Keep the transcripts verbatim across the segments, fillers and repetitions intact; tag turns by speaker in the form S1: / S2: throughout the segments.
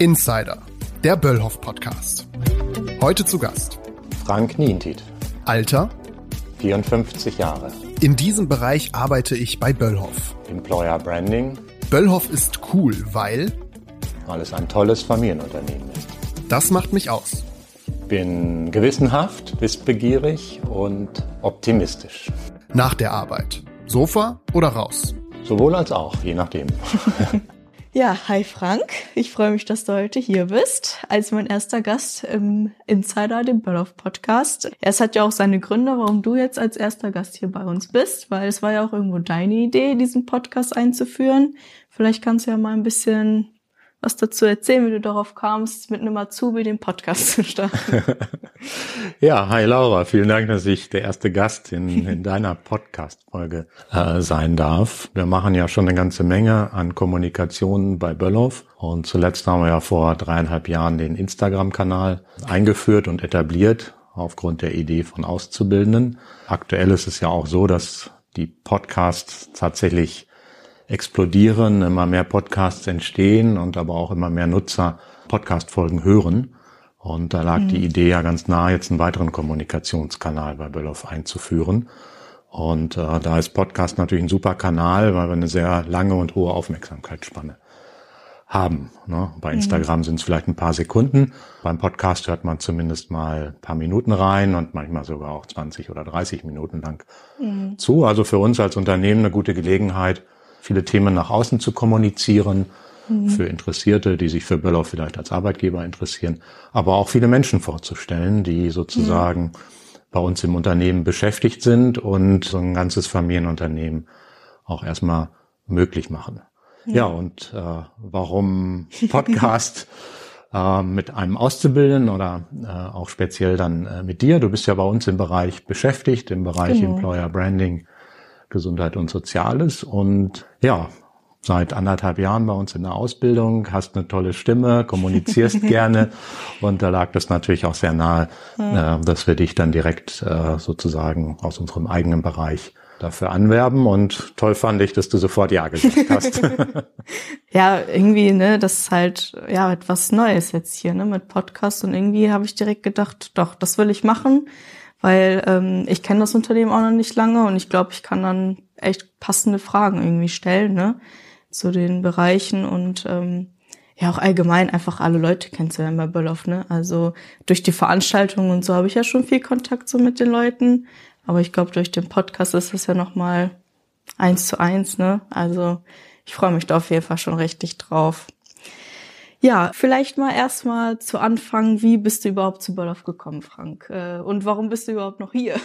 S1: Insider, der Böllhoff-Podcast. Heute zu Gast
S2: Frank Nientit.
S1: Alter?
S2: vierundfünfzig Jahre.
S1: In diesem Bereich arbeite ich bei Böllhoff.
S2: Employer Branding.
S1: Böllhoff ist cool, weil?
S2: Weil es ein tolles Familienunternehmen ist.
S1: Das macht mich aus.
S2: Bin gewissenhaft, wissbegierig und optimistisch.
S1: Nach der Arbeit. Sofa oder raus?
S2: Sowohl als auch, je nachdem.
S3: Ja, hi Frank. Ich freue mich, dass du heute hier bist, als mein erster Gast im Insider, dem Böllhoff-Podcast. Es hat ja auch seine Gründe, warum du jetzt als erster Gast hier bei uns bist, weil es war ja auch irgendwo deine Idee, diesen Podcast einzuführen. Vielleicht kannst du ja mal ein bisschen was dazu erzählen, wie du darauf kamst, mit einem Azubi den Podcast zu starten.
S2: Ja, hi Laura, vielen Dank, dass ich der erste Gast in, in deiner Podcast-Folge äh, sein darf. Wir machen ja schon eine ganze Menge an Kommunikation bei Böllhoff und zuletzt haben wir ja vor dreieinhalb Jahren den Instagram-Kanal eingeführt und etabliert aufgrund der Idee von Auszubildenden. Aktuell ist es ja auch so, dass die Podcasts tatsächlich explodieren, immer mehr Podcasts entstehen und aber auch immer mehr Nutzer Podcast-Folgen hören. Und da lag mhm. die Idee ja ganz nah, jetzt einen weiteren Kommunikationskanal bei Böllhoff einzuführen. Und äh, da ist Podcast natürlich ein super Kanal, weil wir eine sehr lange und hohe Aufmerksamkeitsspanne haben. Ne? Bei Instagram mhm. sind es vielleicht ein paar Sekunden. Beim Podcast hört man zumindest mal ein paar Minuten rein und manchmal sogar auch zwanzig oder dreißig Minuten lang mhm. zu. Also für uns als Unternehmen eine gute Gelegenheit, viele Themen nach außen zu kommunizieren, mhm. für Interessierte, die sich für Böllhoff vielleicht als Arbeitgeber interessieren, aber auch viele Menschen vorzustellen, die sozusagen mhm. bei uns im Unternehmen beschäftigt sind und so ein ganzes Familienunternehmen auch erstmal möglich machen. Ja, ja und äh, warum Podcast äh, mit einem Auszubildenden oder äh, auch speziell dann äh, mit dir? Du bist ja bei uns im Bereich beschäftigt, im Bereich genau. Employer Branding, Gesundheit und Soziales und ja, seit anderthalb Jahren bei uns in der Ausbildung, hast eine tolle Stimme, kommunizierst gerne und da lag das natürlich auch sehr nahe, ja. äh, dass wir dich dann direkt äh, sozusagen aus unserem eigenen Bereich dafür anwerben und toll fand ich, dass du sofort Ja gesagt hast.
S3: Ja, irgendwie, ne, das ist halt ja etwas Neues jetzt hier, ne, mit Podcast und irgendwie habe ich direkt gedacht, doch, das will ich machen. Weil ähm, ich kenne das Unternehmen auch noch nicht lange und ich glaube, ich kann dann echt passende Fragen irgendwie stellen, ne, zu den Bereichen und ähm, ja auch allgemein einfach alle Leute kennenzulernen bei Böllhoff, ne. Also durch die Veranstaltungen und so habe ich ja schon viel Kontakt so mit den Leuten, aber ich glaube, durch den Podcast ist es ja nochmal eins zu eins, ne. Also ich freue mich da auf jeden Fall schon richtig drauf. Ja, vielleicht mal erstmal zu Anfang, wie bist du überhaupt zu Böllhoff gekommen, Frank? Und warum bist du überhaupt noch hier?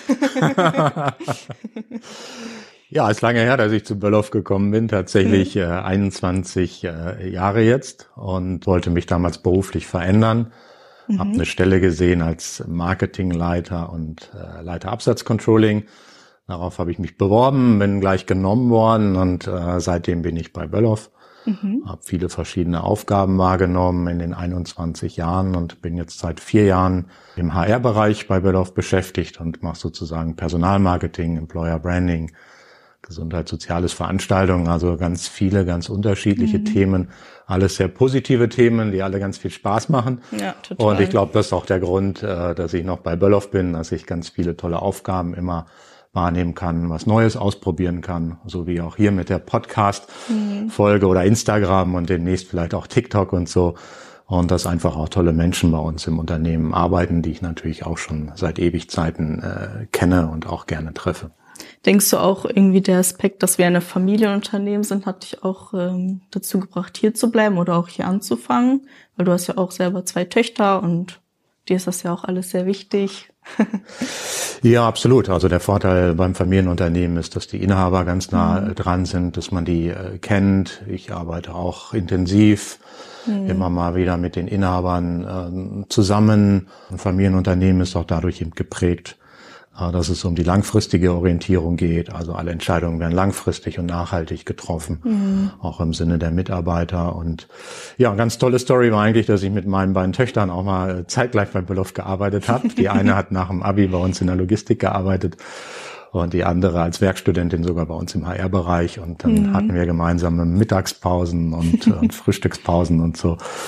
S2: Ja, ist lange her, dass ich zu Böllhoff gekommen bin, tatsächlich mhm. äh, einundzwanzig äh, Jahre jetzt und wollte mich damals beruflich verändern. Mhm. Habe eine Stelle gesehen als Marketingleiter und äh, Leiter Absatzcontrolling. Darauf habe ich mich beworben, bin gleich genommen worden und äh, seitdem bin ich bei Böllhoff. Mhm. Habe viele verschiedene Aufgaben wahrgenommen in den einundzwanzig Jahren und bin jetzt seit vier Jahren im H R-Bereich bei Böllhoff beschäftigt und mache sozusagen Personalmarketing, Employer Branding, Gesundheit, soziales Veranstaltungen, also ganz viele, ganz unterschiedliche mhm. Themen, alles sehr positive Themen, die alle ganz viel Spaß machen.
S3: Ja, total.
S2: Und ich glaube, das ist auch der Grund, dass ich noch bei Böllhoff bin, dass ich ganz viele tolle Aufgaben immer wahrnehmen kann, was Neues ausprobieren kann, so wie auch hier mit der Podcast-Folge mhm. oder Instagram und demnächst vielleicht auch TikTok und so. Und dass einfach auch tolle Menschen bei uns im Unternehmen arbeiten, die ich natürlich auch schon seit Ewigzeiten äh, kenne und auch gerne treffe.
S3: Denkst du auch irgendwie der Aspekt, dass wir eine Familienunternehmen sind, hat dich auch ähm, dazu gebracht, hier zu bleiben oder auch hier anzufangen? Weil du hast ja auch selber zwei Töchter und dir ist das ja auch alles sehr wichtig.
S2: Ja, absolut. Also der Vorteil beim Familienunternehmen ist, dass die Inhaber ganz nah mhm. dran sind, dass man die äh, kennt. Ich arbeite auch intensiv mhm. immer mal wieder mit den Inhabern äh, zusammen. Ein Familienunternehmen ist auch dadurch eben geprägt, äh, dass es um die langfristige Orientierung geht. Also alle Entscheidungen werden langfristig und nachhaltig getroffen, mhm. auch im Sinne der Mitarbeiter. Und ja, eine ganz tolle Story war eigentlich, dass ich mit meinen beiden Töchtern auch mal zeitgleich bei Böllhoff gearbeitet habe. Die eine hat nach dem Abi bei uns in der Logistik gearbeitet und die andere als Werkstudentin sogar bei uns im H R-Bereich. Und dann mhm. hatten wir gemeinsame Mittagspausen und, und Frühstückspausen und so.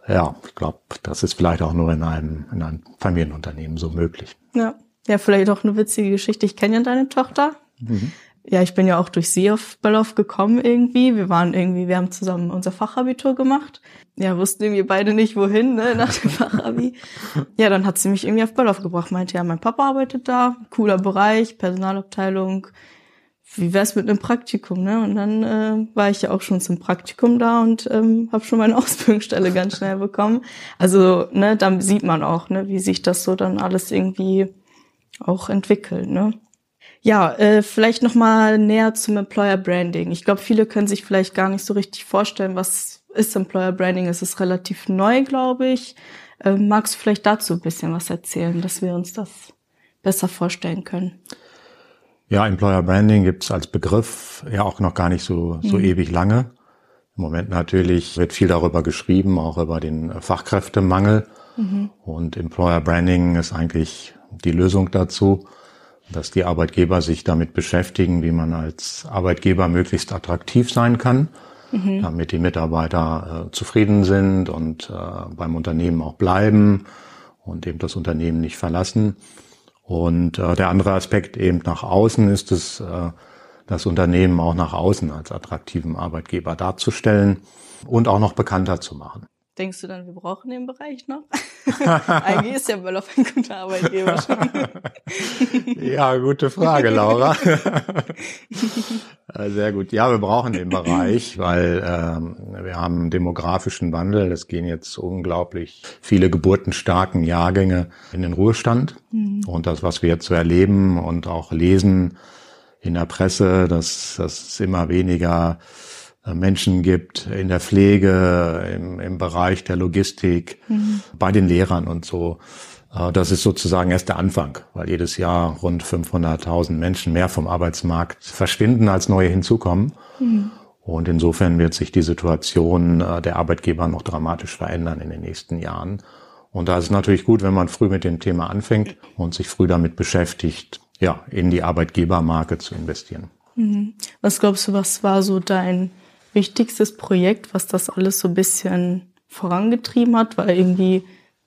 S2: ja, ich glaube, das ist vielleicht auch nur in einem, in einem Familienunternehmen so möglich.
S3: Ja, ja, vielleicht auch eine witzige Geschichte. Ich kenne ja deine Tochter. Mhm. Ja, ich bin ja auch durch sie auf Böllhoff gekommen irgendwie. Wir waren irgendwie, wir haben zusammen unser Fachabitur gemacht. Ja, wussten irgendwie beide nicht, wohin, ne, nach dem Fachabi. Ja, dann hat sie mich irgendwie auf Böllhoff gebracht. Meinte, ja, mein Papa arbeitet da, cooler Bereich, Personalabteilung. Wie wär's mit einem Praktikum, ne? Und dann äh, war ich ja auch schon zum Praktikum da und ähm, habe schon meine Ausbildungsstelle ganz schnell bekommen. Also, ne, dann sieht man auch, ne, wie sich das so dann alles irgendwie auch entwickelt, ne? Ja, äh, vielleicht noch mal näher zum Employer Branding. Ich glaube, viele können sich vielleicht gar nicht so richtig vorstellen, was ist Employer Branding. Es ist relativ neu, glaube ich. Äh, magst du vielleicht dazu ein bisschen was erzählen, dass wir uns das besser vorstellen können?
S2: Ja, Employer Branding gibt's als Begriff ja auch noch gar nicht so so mhm. ewig lange. Im Moment natürlich wird viel darüber geschrieben, auch über den Fachkräftemangel. Mhm. Und Employer Branding ist eigentlich die Lösung dazu, dass die Arbeitgeber sich damit beschäftigen, wie man als Arbeitgeber möglichst attraktiv sein kann, mhm. damit die Mitarbeiter äh, zufrieden sind und äh, beim Unternehmen auch bleiben und eben das Unternehmen nicht verlassen. Und äh, der andere Aspekt eben nach außen ist es, äh, das Unternehmen auch nach außen als attraktiven Arbeitgeber darzustellen und auch noch bekannter zu machen.
S3: Denkst du dann, wir brauchen den Bereich noch? Eigentlich ist ja Böllhoff ein guter Arbeitgeber schon.
S2: Ja, gute Frage, Laura. Sehr gut. Ja, wir brauchen den Bereich, weil ähm, wir haben einen demografischen Wandel. Es gehen jetzt unglaublich viele geburtenstarken Jahrgänge in den Ruhestand. Mhm. Und das, was wir jetzt so erleben und auch lesen in der Presse, dass dass es immer weniger Menschen gibt in der Pflege, im, im Bereich der Logistik, mhm. bei den Lehrern und so. Das ist sozusagen erst der Anfang, weil jedes Jahr rund fünfhunderttausend Menschen mehr vom Arbeitsmarkt verschwinden, als neue hinzukommen. Mhm. Und insofern wird sich die Situation der Arbeitgeber noch dramatisch verändern in den nächsten Jahren. Und da ist es natürlich gut, wenn man früh mit dem Thema anfängt und sich früh damit beschäftigt, ja, in die Arbeitgebermarke zu investieren.
S3: Mhm. Was glaubst du, was war so dein wichtigstes Projekt, was das alles so ein bisschen vorangetrieben hat? Weil irgendwie,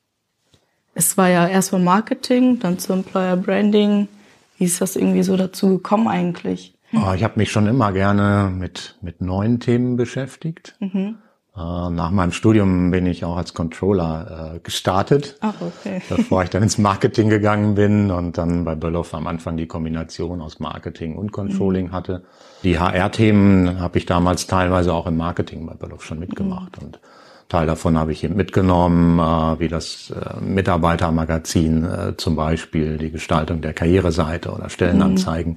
S3: es war ja erstmal Marketing, dann zu Employer Branding. Wie ist das irgendwie so dazu gekommen eigentlich?
S2: Oh, ich habe mich schon immer gerne mit mit neuen Themen beschäftigt. Mhm. Äh, nach meinem Studium bin ich auch als Controller äh, gestartet,
S3: Ach, okay.
S2: bevor ich dann ins Marketing gegangen bin und dann bei Böllhoff am Anfang die Kombination aus Marketing und Controlling mhm. hatte. Die H R-Themen habe ich damals teilweise auch im Marketing bei Böllhoff schon mitgemacht mhm. und Teil davon habe ich eben mitgenommen, äh, wie das äh, Mitarbeitermagazin äh, zum Beispiel, die Gestaltung der Karriereseite oder Stellenanzeigen. Mhm.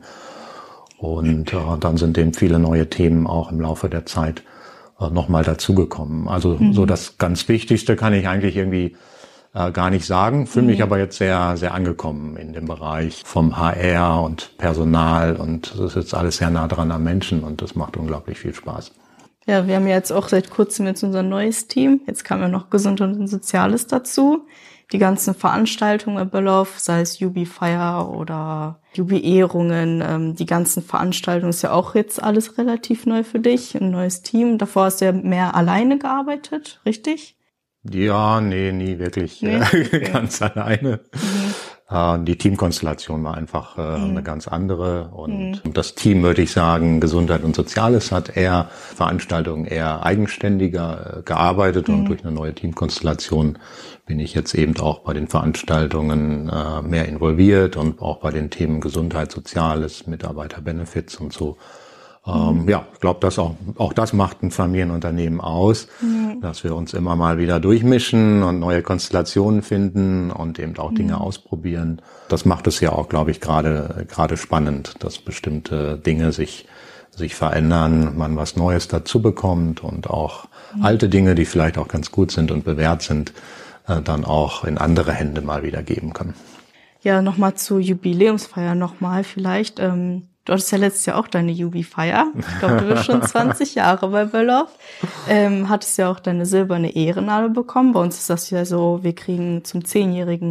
S2: Und äh, dann sind eben viele neue Themen auch im Laufe der Zeit äh, nochmal dazugekommen. Also mhm. so das ganz Wichtigste kann ich eigentlich irgendwie äh, gar nicht sagen, fühle mich mhm. aber jetzt sehr, sehr angekommen in dem Bereich vom H R und Personal und das ist jetzt alles sehr nah dran am Menschen und das macht unglaublich viel Spaß.
S3: Ja, wir haben ja jetzt auch seit kurzem jetzt unser neues Team. Jetzt kam ja noch Gesundheit und Soziales dazu. Die ganzen Veranstaltungen bei Böllhoff, sei es Jubi-Feier oder Jubi-Ehrungen, ähm, die ganzen Veranstaltungen ist ja auch jetzt alles relativ neu für dich, ein neues Team. Davor hast du ja mehr alleine gearbeitet, richtig?
S2: Ja, nee, nie wirklich nee? Okay. ganz alleine. Mhm. Die Teamkonstellation war einfach äh, mhm. eine ganz andere und mhm. das Team, würde ich sagen, Gesundheit und Soziales hat eher Veranstaltungen eher eigenständiger äh, gearbeitet mhm. und durch eine neue Teamkonstellation bin ich jetzt eben auch bei den Veranstaltungen äh, mehr involviert und auch bei den Themen Gesundheit, Soziales, Mitarbeiterbenefits und so. Ähm, mhm. Ja, ich glaube, dass auch auch das macht ein Familienunternehmen aus, mhm. dass wir uns immer mal wieder durchmischen und neue Konstellationen finden und eben auch Dinge mhm. ausprobieren. Das macht es ja auch, glaube ich, gerade gerade spannend, dass bestimmte Dinge sich sich verändern, man was Neues dazu bekommt und auch mhm. alte Dinge, die vielleicht auch ganz gut sind und bewährt sind, äh, dann auch in andere Hände mal wieder geben kann.
S3: Ja, nochmal zur Jubiläumsfeier nochmal vielleicht. Ähm Du hattest ja letztes Jahr auch deine Jubi-Feier. Ich glaube, du bist schon zwanzig Jahre bei Böllhoff. Ähm, hattest ja auch deine silberne Ehrennadel bekommen. Bei uns ist das ja so, wir kriegen zum zehnjährigen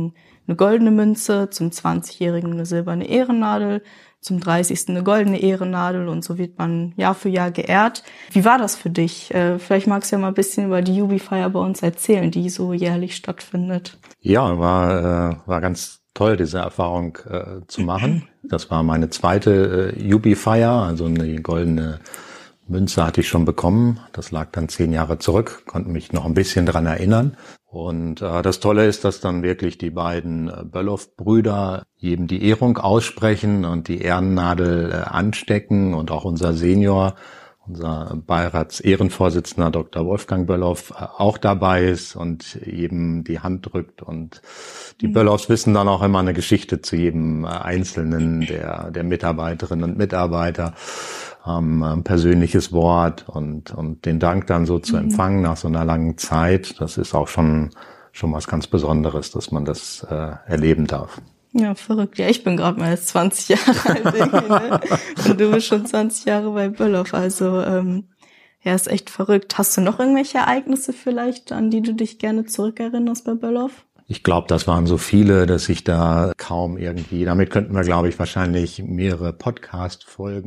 S3: eine goldene Münze, zum zwanzigjährigen eine silberne Ehrennadel, zum dreißigsten eine goldene Ehrennadel und so wird man Jahr für Jahr geehrt. Wie war das für dich? Äh, vielleicht magst du ja mal ein bisschen über die Jubi-Feier bei uns erzählen, die so jährlich stattfindet.
S2: Ja, war, äh, war ganz toll, diese Erfahrung äh, zu machen. Das war meine zweite äh, Jubi-Feier, also eine goldene Münze hatte ich schon bekommen. Das lag dann zehn Jahre zurück, konnte mich noch ein bisschen dran erinnern. Und äh, das Tolle ist, dass dann wirklich die beiden äh, Böllhoff-Brüder jedem die Ehrung aussprechen und die Ehrennadel äh, anstecken und auch unser Senior, unser Beirats-Ehrenvorsitzender Doktor Wolfgang Böllhoff äh, auch dabei ist und jedem die Hand drückt. Und die mhm. Böllhoffs wissen dann auch immer eine Geschichte zu jedem äh, Einzelnen der, der Mitarbeiterinnen und Mitarbeiter. Ähm, ein persönliches Wort und und den Dank dann so zu empfangen nach so einer langen Zeit, das ist auch schon schon was ganz Besonderes, dass man das äh, erleben darf.
S3: Ja, verrückt. Ja, ich bin gerade mal jetzt zwanzig Jahre alt irgendwie, ne? Und du bist schon zwanzig Jahre bei Böllhoff, also ähm, ja, ist echt verrückt. Hast du noch irgendwelche Ereignisse vielleicht, an die du dich gerne zurückerinnerst bei Böllhoff?
S2: Ich glaube, das waren so viele, dass ich da kaum irgendwie, damit könnten wir, glaube ich, wahrscheinlich mehrere Podcast-Folgen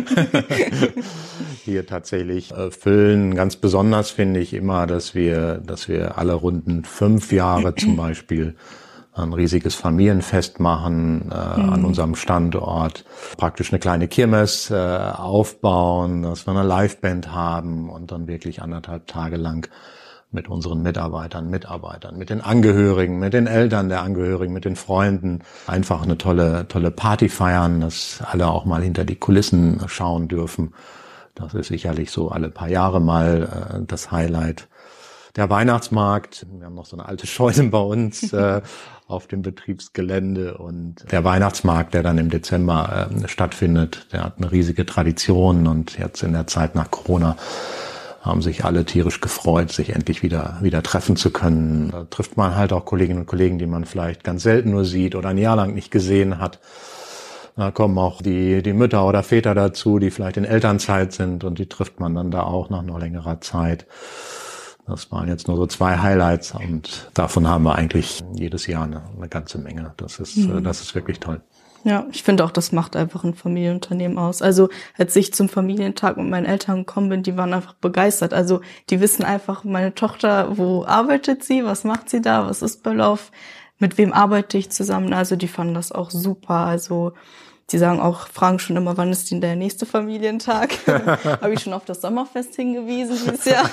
S2: hier tatsächlich äh, füllen. Ganz besonders finde ich immer, dass wir, dass wir alle runden fünf Jahre zum Beispiel ein riesiges Familienfest machen äh, mhm. an unserem Standort, praktisch eine kleine Kirmes äh, aufbauen, dass wir eine Liveband haben und dann wirklich anderthalb Tage lang mit unseren Mitarbeitern, Mitarbeitern, mit den Angehörigen, mit den Eltern der Angehörigen, mit den Freunden einfach eine tolle, tolle Party feiern, dass alle auch mal hinter die Kulissen schauen dürfen. Das ist sicherlich so alle paar Jahre mal äh, das Highlight. Der Weihnachtsmarkt, wir haben noch so eine alte Scheune bei uns äh, auf dem Betriebsgelände und der Weihnachtsmarkt, der dann im Dezember äh, stattfindet, der hat eine riesige Tradition und jetzt in der Zeit nach Corona haben sich alle tierisch gefreut, sich endlich wieder wieder treffen zu können. Da trifft man halt auch Kolleginnen und Kollegen, die man vielleicht ganz selten nur sieht oder ein Jahr lang nicht gesehen hat. Da kommen auch die die Mütter oder Väter dazu, die vielleicht in Elternzeit sind und die trifft man dann da auch nach noch längerer Zeit. Das waren jetzt nur so zwei Highlights und davon haben wir eigentlich jedes Jahr eine, eine ganze Menge. Das ist mhm. das ist wirklich toll.
S3: Ja, ich finde auch, das macht einfach ein Familienunternehmen aus. Also als ich zum Familientag mit meinen Eltern gekommen bin, die waren einfach begeistert. Also die wissen einfach, meine Tochter, wo arbeitet sie, was macht sie da, was ist Böllhoff, mit wem arbeite ich zusammen. Also die fanden das auch super. Also die sagen auch, fragen schon immer, wann ist denn der nächste Familientag? Habe ich schon auf das Sommerfest hingewiesen dieses Jahr.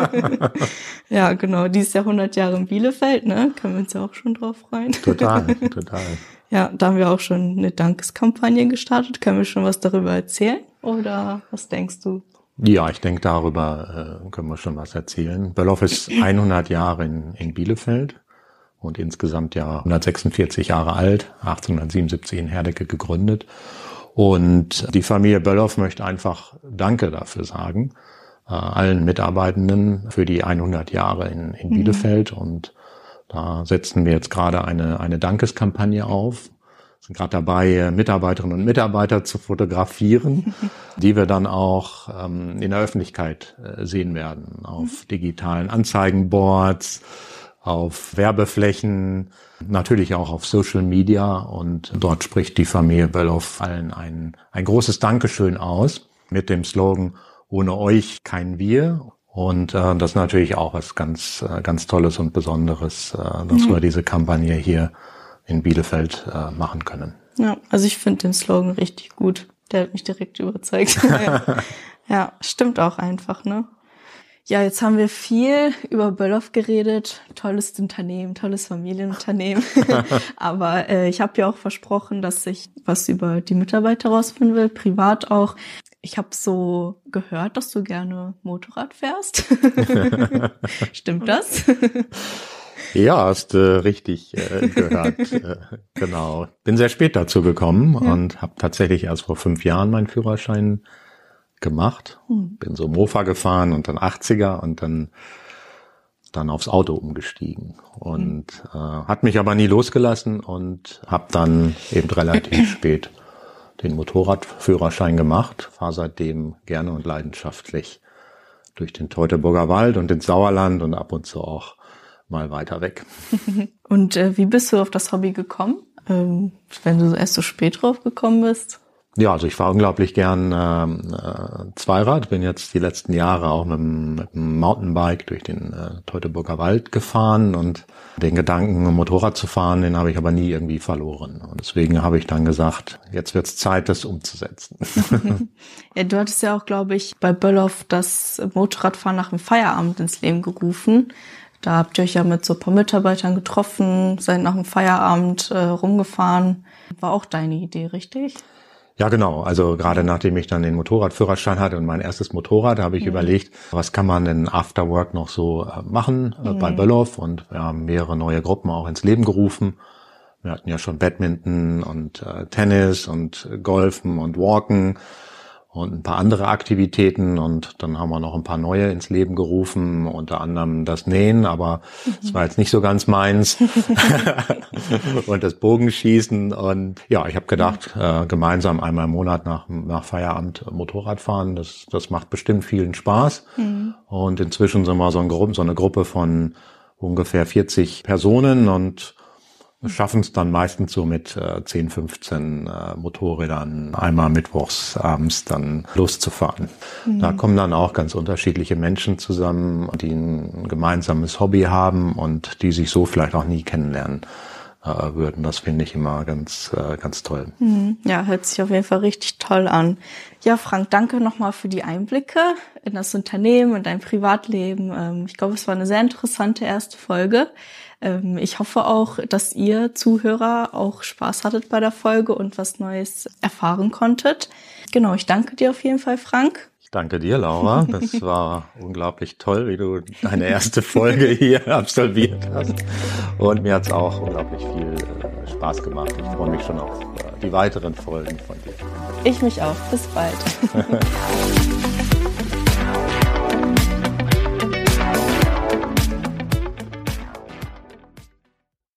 S3: Ja, genau, dieses Jahr hundert Jahre in Bielefeld, ne? Können wir uns ja auch schon drauf freuen.
S2: Total, total.
S3: Ja, da haben wir auch schon eine Dankeskampagne gestartet. Können wir schon was darüber erzählen? Oder was denkst du?
S2: Ja, ich denke, darüber äh, können wir schon was erzählen. Böllhoff ist hundert Jahre in, in Bielefeld und insgesamt ja hundertsechsundvierzig Jahre alt, achtzehnhundertsiebenundsiebzig in Herdecke gegründet. Und die Familie Böllhoff möchte einfach Danke dafür sagen, äh, allen Mitarbeitenden für die hundert Jahre in, in Bielefeld. Mhm. Und da setzen wir jetzt gerade eine eine Dankeskampagne auf. Sind gerade dabei, Mitarbeiterinnen und Mitarbeiter zu fotografieren, die wir dann auch ähm, in der Öffentlichkeit äh, sehen werden, auf digitalen Anzeigenboards, auf Werbeflächen, natürlich auch auf Social Media. Und dort spricht die Familie Böllhoff allen ein, ein großes Dankeschön aus mit dem Slogan, ohne euch kein Wir. Und äh, das ist natürlich auch was ganz äh, ganz Tolles und Besonderes, äh, dass mhm. wir diese Kampagne hier in Bielefeld äh, machen können.
S3: Ja, also ich finde den Slogan richtig gut. Der hat mich direkt überzeugt. Ja. Ja, stimmt auch einfach, ne? Ja, jetzt haben wir viel über Böllhoff geredet. Tolles Unternehmen, tolles Familienunternehmen. Aber äh, ich habe ja auch versprochen, dass ich was über die Mitarbeiter rausfinden will, privat auch. Ich habe so gehört, dass du gerne Motorrad fährst. Stimmt das?
S2: Ja, hast äh, richtig äh, gehört. äh, genau. Bin sehr spät dazu gekommen ja. und habe tatsächlich erst vor fünf Jahren meinen Führerschein gemacht. Hm. Bin so Mofa gefahren und dann achtziger und dann dann aufs Auto umgestiegen. Und hm. äh, hat mich aber nie losgelassen und habe dann eben relativ spät den Motorradführerschein gemacht, fahre seitdem gerne und leidenschaftlich durch den Teutoburger Wald und ins Sauerland und ab und zu auch mal weiter weg.
S3: Und äh, wie bist du auf das Hobby gekommen, ähm, wenn du erst so spät drauf gekommen bist?
S2: Ja, also ich fahre unglaublich gern äh, Zweirad, bin jetzt die letzten Jahre auch mit dem, mit dem Mountainbike durch den äh, Teutoburger Wald gefahren und den Gedanken, ein Motorrad zu fahren, den habe ich aber nie irgendwie verloren. Und deswegen habe ich dann gesagt, jetzt wird's Zeit, das umzusetzen.
S3: Ja, du hattest ja auch, glaube ich, bei Böllhoff das Motorradfahren nach dem Feierabend ins Leben gerufen. Da habt ihr euch ja mit so ein paar Mitarbeitern getroffen, seid nach dem Feierabend äh, rumgefahren. War auch deine Idee, richtig?
S2: Ja, genau. Also gerade nachdem ich dann den Motorradführerschein hatte und mein erstes Motorrad, habe ich mhm. überlegt, was kann man denn after work noch so machen äh, mhm. bei Böllhoff, und wir haben mehrere neue Gruppen auch ins Leben gerufen. Wir hatten ja schon Badminton und äh, Tennis und Golfen und Walken und ein paar andere Aktivitäten, und dann haben wir noch ein paar neue ins Leben gerufen, unter anderem das Nähen, aber das war jetzt nicht so ganz meins und das Bogenschießen, und ja, ich habe gedacht, äh, gemeinsam einmal im Monat nach nach Feierabend Motorrad fahren, das das macht bestimmt vielen Spaß. Mhm. Und inzwischen sind wir so, ein Gruppe, so eine Gruppe von ungefähr vierzig Personen und schaffen es dann meistens so mit äh, zehn, fünfzehn äh, Motorrädern einmal mittwochs abends dann loszufahren. Mhm. Da kommen dann auch ganz unterschiedliche Menschen zusammen, die ein gemeinsames Hobby haben und die sich so vielleicht auch nie kennenlernen äh, würden. Das finde ich immer ganz äh, ganz toll.
S3: Mhm. Ja, hört sich auf jeden Fall richtig toll an. Ja, Frank, danke nochmal für die Einblicke in das Unternehmen, in dein Privatleben. Ähm, ich glaube, es war eine sehr interessante erste Folge. Ich hoffe auch, dass ihr Zuhörer auch Spaß hattet bei der Folge und was Neues erfahren konntet. Genau, ich danke dir auf jeden Fall, Frank.
S2: Ich danke dir, Laura. Das war unglaublich toll, wie du deine erste Folge hier absolviert hast. Und mir hat's auch unglaublich viel Spaß gemacht. Ich freue mich schon auf die weiteren Folgen von dir.
S3: Ich mich auch. Bis bald.